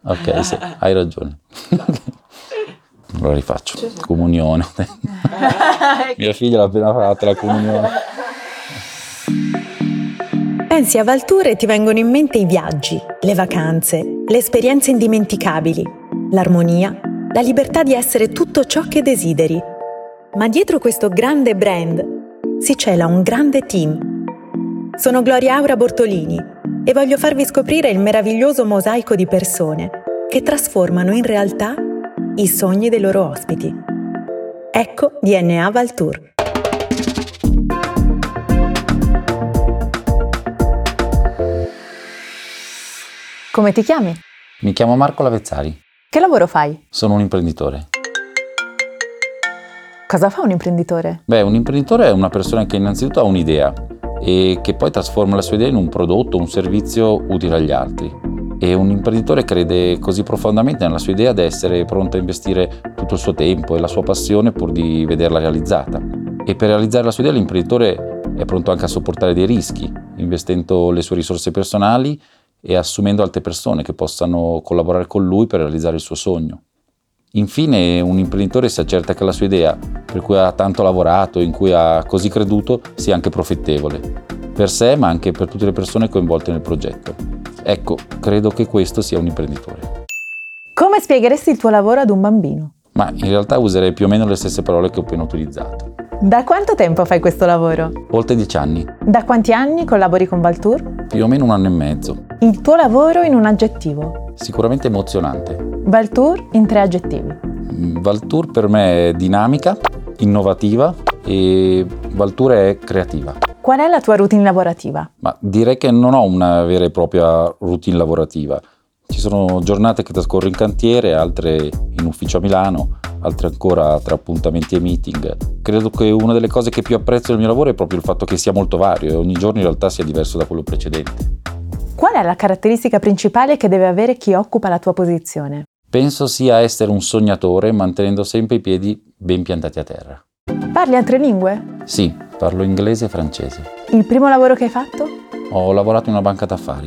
Ok, sì, hai ragione. Allora rifaccio. Comunione. Mia figlia l'ha appena fatta la comunione. Pensi a Valtour e ti vengono in mente i viaggi, le vacanze, le esperienze indimenticabili, l'armonia, la libertà di essere tutto ciò che desideri. Ma dietro questo grande brand si cela un grande team. Sono Gloria Aura Bortolini e voglio farvi scoprire il meraviglioso mosaico di persone che trasformano in realtà i sogni dei loro ospiti. Ecco DNA Valtour. Come ti chiami? Mi chiamo Marco Lavezzari. Che lavoro fai? Sono un imprenditore. Cosa fa un imprenditore? Un imprenditore è una persona che innanzitutto ha un'idea e che poi trasforma la sua idea in un prodotto, un servizio utile agli altri. E un imprenditore crede così profondamente nella sua idea da essere pronto a investire tutto il suo tempo e la sua passione pur di vederla realizzata. E per realizzare la sua idea l'imprenditore è pronto anche a sopportare dei rischi, investendo le sue risorse personali e assumendo altre persone che possano collaborare con lui per realizzare il suo sogno. Infine, un imprenditore si accerta che la sua idea, per cui ha tanto lavorato e in cui ha così creduto, sia anche profittevole, per sé ma anche per tutte le persone coinvolte nel progetto. Ecco, credo che questo sia un imprenditore. Come spiegheresti il tuo lavoro ad un bambino? Ma in realtà userei più o meno le stesse parole che ho appena utilizzato. Da quanto tempo fai questo lavoro? Oltre 10 anni. Da quanti anni collabori con Valtour? Più o meno 1 anno e mezzo. Il tuo lavoro in un aggettivo? Sicuramente emozionante. Valtour in 3 aggettivi. Valtour per me è dinamica, innovativa e Valtour è creativa. Qual è la tua routine lavorativa? Ma direi che non ho una vera e propria routine lavorativa. Ci sono giornate che trascorro in cantiere, altre in ufficio a Milano, altre ancora tra appuntamenti e meeting. Credo che una delle cose che più apprezzo del mio lavoro è proprio il fatto che sia molto vario e ogni giorno in realtà sia diverso da quello precedente. Qual è la caratteristica principale che deve avere chi occupa la tua posizione? Penso sia essere un sognatore mantenendo sempre i piedi ben piantati a terra. Parli altre lingue? Sì, parlo inglese e francese. Il primo lavoro che hai fatto? Ho lavorato in una banca d'affari.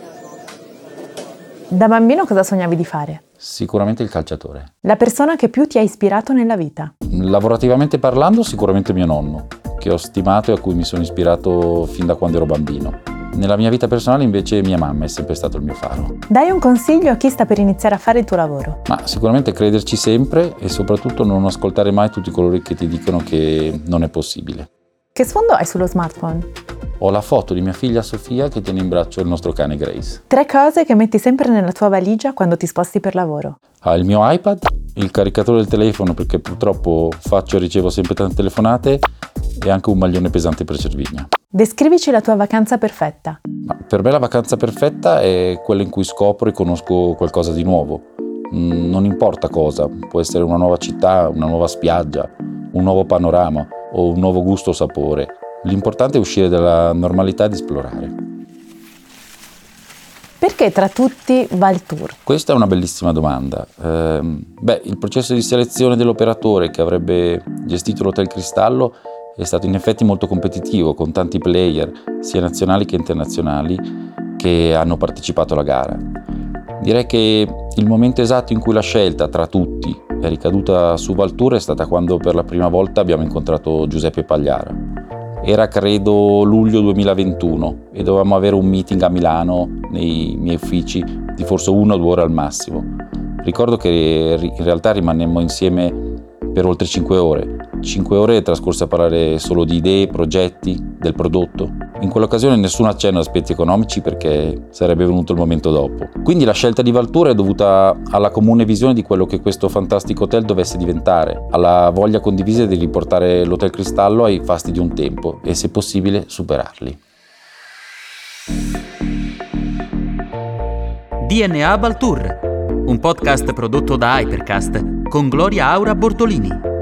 Da bambino cosa sognavi di fare? Sicuramente il calciatore. La persona che più ti ha ispirato nella vita? Lavorativamente parlando, sicuramente mio nonno, che ho stimato e a cui mi sono ispirato fin da quando ero bambino. Nella mia vita personale invece mia mamma è sempre stato il mio faro. Dai un consiglio a chi sta per iniziare a fare il tuo lavoro. Ma sicuramente crederci sempre e soprattutto non ascoltare mai tutti coloro che ti dicono che non è possibile. Che sfondo hai sullo smartphone? Ho la foto di mia figlia Sofia che tiene in braccio il nostro cane Grace. 3 cose che metti sempre nella tua valigia quando ti sposti per lavoro. Il mio iPad, il caricatore del telefono perché purtroppo faccio e ricevo sempre tante telefonate e anche un maglione pesante per Cervigna. Descrivici la tua vacanza perfetta. Ma per me la vacanza perfetta è quella in cui scopro e conosco qualcosa di nuovo. Non importa cosa, può essere una nuova città, una nuova spiaggia, un nuovo panorama o un nuovo gusto o sapore. L'importante è uscire dalla normalità ed esplorare. Perché tra tutti Valtour? Questa è una bellissima domanda. Il processo di selezione dell'operatore che avrebbe gestito l'Hotel Cristallo è stato in effetti molto competitivo, con tanti player, sia nazionali che internazionali, che hanno partecipato alla gara. Direi che il momento esatto in cui la scelta tra tutti è ricaduta su Valtour è stata quando per la prima volta abbiamo incontrato Giuseppe Pagliara. Era credo luglio 2021 e dovevamo avere un meeting a Milano nei miei uffici di forse 1 o 2 ore al massimo. Ricordo che in realtà rimanemmo insieme per oltre 5 ore. 5 ore trascorse a parlare solo di idee, progetti, del prodotto. In quell'occasione nessun accenno ad aspetti economici perché sarebbe venuto il momento dopo. Quindi la scelta di Valtour è dovuta alla comune visione di quello che questo fantastico hotel dovesse diventare, alla voglia condivisa di riportare l'Hotel Cristallo ai fasti di un tempo e, se possibile, superarli. DNA Valtour, un podcast prodotto da Hypercast con Gloria Aura Bortolini.